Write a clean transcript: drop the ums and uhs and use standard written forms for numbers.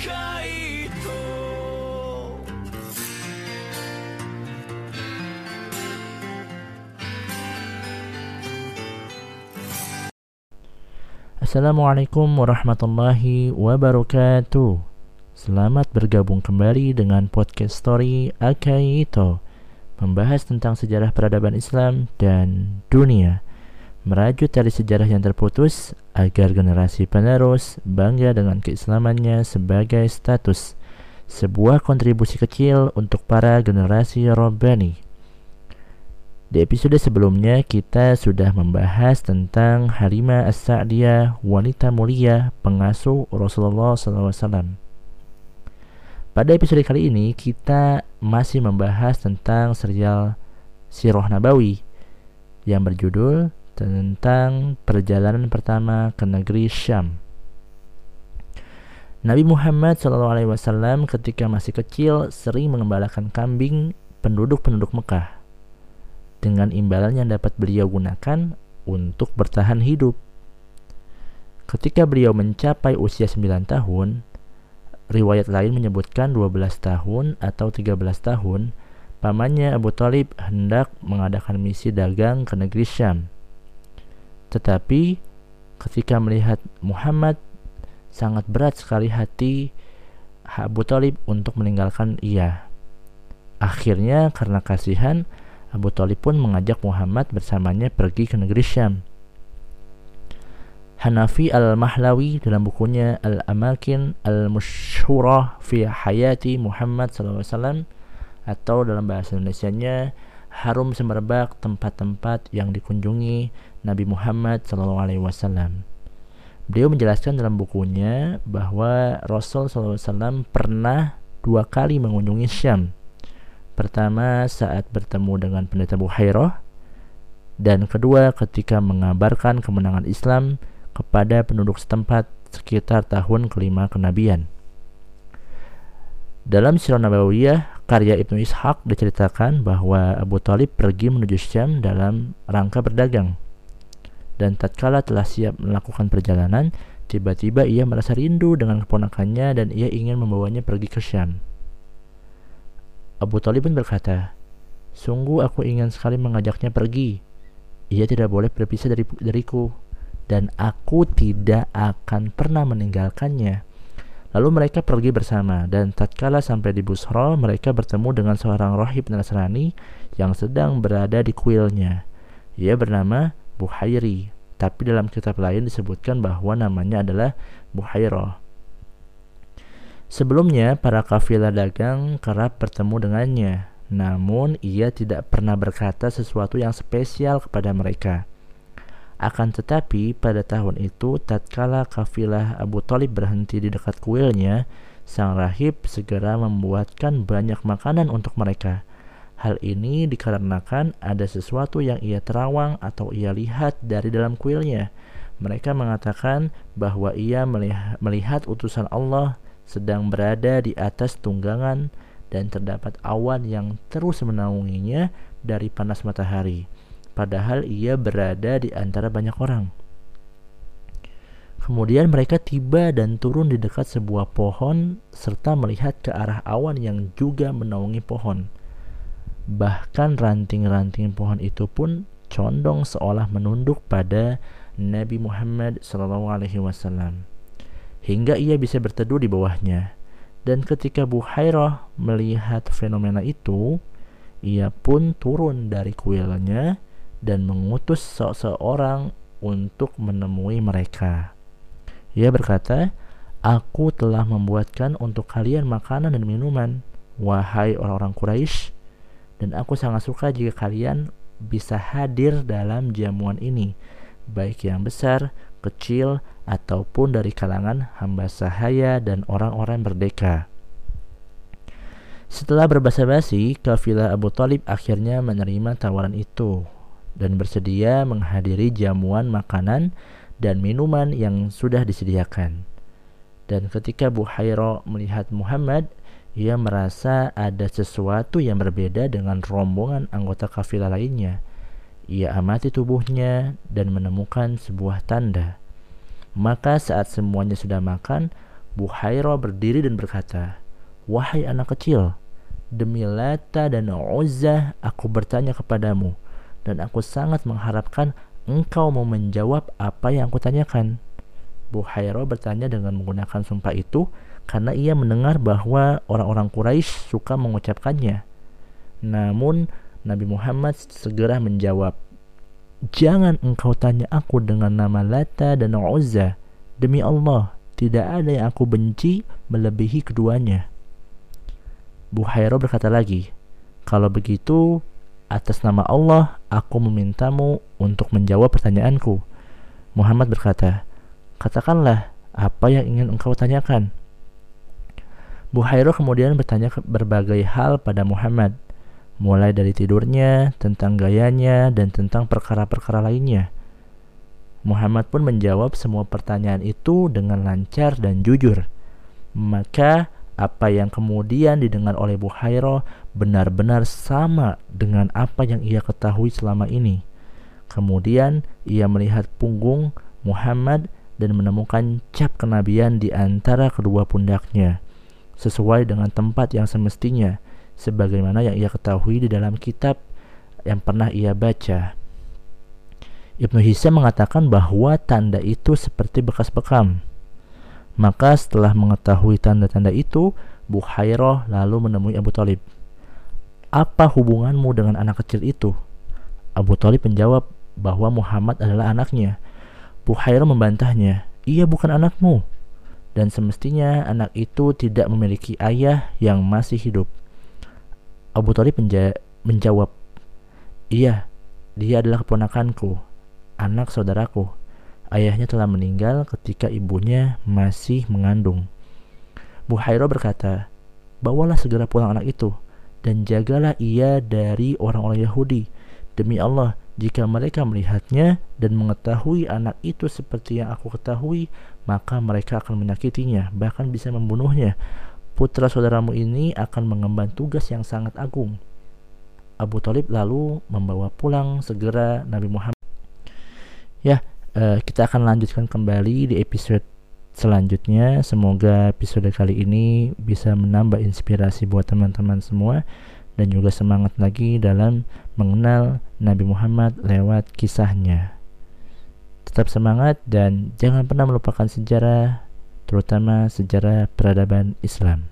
Assalamualaikum warahmatullahi wabarakatuh. Selamat bergabung kembali dengan podcast story Akaito, membahas tentang sejarah peradaban Islam dan dunia, merajut tali sejarah yang terputus agar generasi penerus bangga dengan keislamannya sebagai status, sebuah kontribusi kecil untuk para generasi Rabbani. Di episode sebelumnya kita sudah membahas tentang Halimah As-Sa'diyah, wanita mulia pengasuh Rasulullah SAW. Pada episode kali ini kita masih membahas tentang serial Sirah Nabawi yang berjudul tentang perjalanan pertama ke negeri Syam. Nabi Muhammad SAW ketika masih kecil sering mengembalakan kambing penduduk-penduduk Mekah dengan imbalan yang dapat beliau gunakan untuk bertahan hidup. Ketika beliau mencapai usia 9 tahun, riwayat lain menyebutkan 12 tahun atau 13 tahun, pamannya Abu Thalib hendak mengadakan misi dagang ke negeri Syam. Tetapi ketika melihat Muhammad, sangat berat sekali hati Abu Thalib untuk meninggalkan ia. Akhirnya karena kasihan, Abu Thalib pun mengajak Muhammad bersamanya pergi ke negeri Syam. Hanafi al-Mahlawi dalam bukunya Al-Amakin al-Mushhurah fi Hayati Muhammad SAW, atau dalam bahasa Indonesianya harum semerbak tempat-tempat yang dikunjungi Nabi Muhammad SAW. Beliau menjelaskan dalam bukunya bahwa Rasul SAW pernah 2 kali mengunjungi Syam. Pertama saat bertemu dengan pendeta Buhairah, dan kedua ketika mengabarkan kemenangan Islam kepada penduduk setempat sekitar tahun ke-5 kenabian. Dalam Sirah Nabawiyah karya Ibnu Ishaq diceritakan bahwa Abu Thalib pergi menuju Syam dalam rangka berdagang, dan tatkala telah siap melakukan perjalanan, tiba-tiba ia merasa rindu dengan keponakannya dan ia ingin membawanya pergi ke Syam. Abu Thalib pun berkata, "Sungguh aku ingin sekali mengajaknya pergi. Ia tidak boleh berpisah dariku, dan aku tidak akan pernah meninggalkannya." Lalu mereka pergi bersama, dan tatkala sampai di Busra, mereka bertemu dengan seorang rahib Nasrani yang sedang berada di kuilnya. Ia bernama Buhairi, tapi dalam kitab lain disebutkan bahwa namanya adalah Buhairah. Sebelumnya, para kafilah dagang kerap bertemu dengannya, namun ia tidak pernah berkata sesuatu yang spesial kepada mereka. Akan tetapi, pada tahun itu, tatkala kafilah Abu Thalib berhenti di dekat kuilnya, sang rahib segera membuatkan banyak makanan untuk mereka. Hal ini dikarenakan ada sesuatu yang ia terawang atau ia lihat dari dalam kuilnya. Mereka mengatakan bahwa ia melihat utusan Allah sedang berada di atas tunggangan dan terdapat awan yang terus menaunginya dari panas matahari, padahal ia berada di antara banyak orang. Kemudian mereka tiba dan turun di dekat sebuah pohon serta melihat ke arah awan yang juga menaungi pohon. Bahkan ranting-ranting pohon itu pun condong seolah menunduk pada Nabi Muhammad SAW, hingga ia bisa berteduh di bawahnya. Dan ketika Buhairah melihat fenomena itu, ia pun turun dari kuilnya dan mengutus seseorang untuk menemui mereka. Ia berkata, "Aku telah membuatkan untuk kalian makanan dan minuman, wahai orang-orang Quraisy, dan aku sangat suka jika kalian bisa hadir dalam jamuan ini, baik yang besar, kecil, ataupun dari kalangan hamba sahaya dan orang-orang merdeka." Setelah berbasa-basi, kafilah Abu Thalib akhirnya menerima tawaran itu dan bersedia menghadiri jamuan makanan dan minuman yang sudah disediakan. Dan ketika Buhairah melihat Muhammad, ia merasa ada sesuatu yang berbeda dengan rombongan anggota kafilah lainnya. Ia amati tubuhnya dan menemukan sebuah tanda. Maka saat semuanya sudah makan, Buhairah berdiri dan berkata, "Wahai anak kecil, demi Lata dan Uzzah aku bertanya kepadamu, dan aku sangat mengharapkan engkau mau menjawab apa yang aku tanyakan." Buhairah bertanya dengan menggunakan sumpah itu karena ia mendengar bahwa orang-orang Quraisy suka mengucapkannya. Namun Nabi Muhammad segera menjawab, "Jangan engkau tanya aku dengan nama Lata dan Uzzah. Demi Allah, tidak ada yang aku benci melebihi keduanya." Buhairah berkata lagi, "Kalau begitu, atas nama Allah, aku memintamu untuk menjawab pertanyaanku." Muhammad berkata, "Katakanlah apa yang ingin engkau tanyakan." Buhairah kemudian bertanya berbagai hal pada Muhammad, mulai dari tidurnya, tentang gayanya, dan tentang perkara-perkara lainnya. Muhammad pun menjawab semua pertanyaan itu dengan lancar dan jujur. Maka apa yang kemudian didengar oleh Buhairah benar-benar sama dengan apa yang ia ketahui selama ini. Kemudian ia melihat punggung Muhammad dan menemukan cap kenabian di antara kedua pundaknya, sesuai dengan tempat yang semestinya, sebagaimana yang ia ketahui di dalam kitab yang pernah ia baca. Ibnu Hisham mengatakan bahwa tanda itu seperti bekas bekam. Maka setelah mengetahui tanda-tanda itu, Buhairah lalu menemui Abu Thalib. "Apa hubunganmu dengan anak kecil itu?" Abu Thalib menjawab bahwa Muhammad adalah anaknya. Buhairah membantahnya, "Ia bukan anakmu, dan semestinya anak itu tidak memiliki ayah yang masih hidup." Abu Thalib menjawab, "Iya, dia adalah keponakanku, anak saudaraku. Ayahnya telah meninggal ketika ibunya masih mengandung." Buhairah berkata, "Bawalah segera pulang anak itu, dan jagalah ia dari orang-orang Yahudi. Demi Allah, jika mereka melihatnya dan mengetahui anak itu seperti yang aku ketahui, maka mereka akan menyakitinya, bahkan bisa membunuhnya. Putra saudaramu ini akan mengemban tugas yang sangat agung." Abu Thalib lalu membawa pulang segera Nabi Muhammad. Kita akan lanjutkan kembali di episode selanjutnya. Semoga episode kali ini bisa menambah inspirasi buat teman-teman semua, dan juga semangat lagi dalam mengenal Nabi Muhammad lewat kisahnya. Tetap semangat dan jangan pernah melupakan sejarah, terutama sejarah peradaban Islam.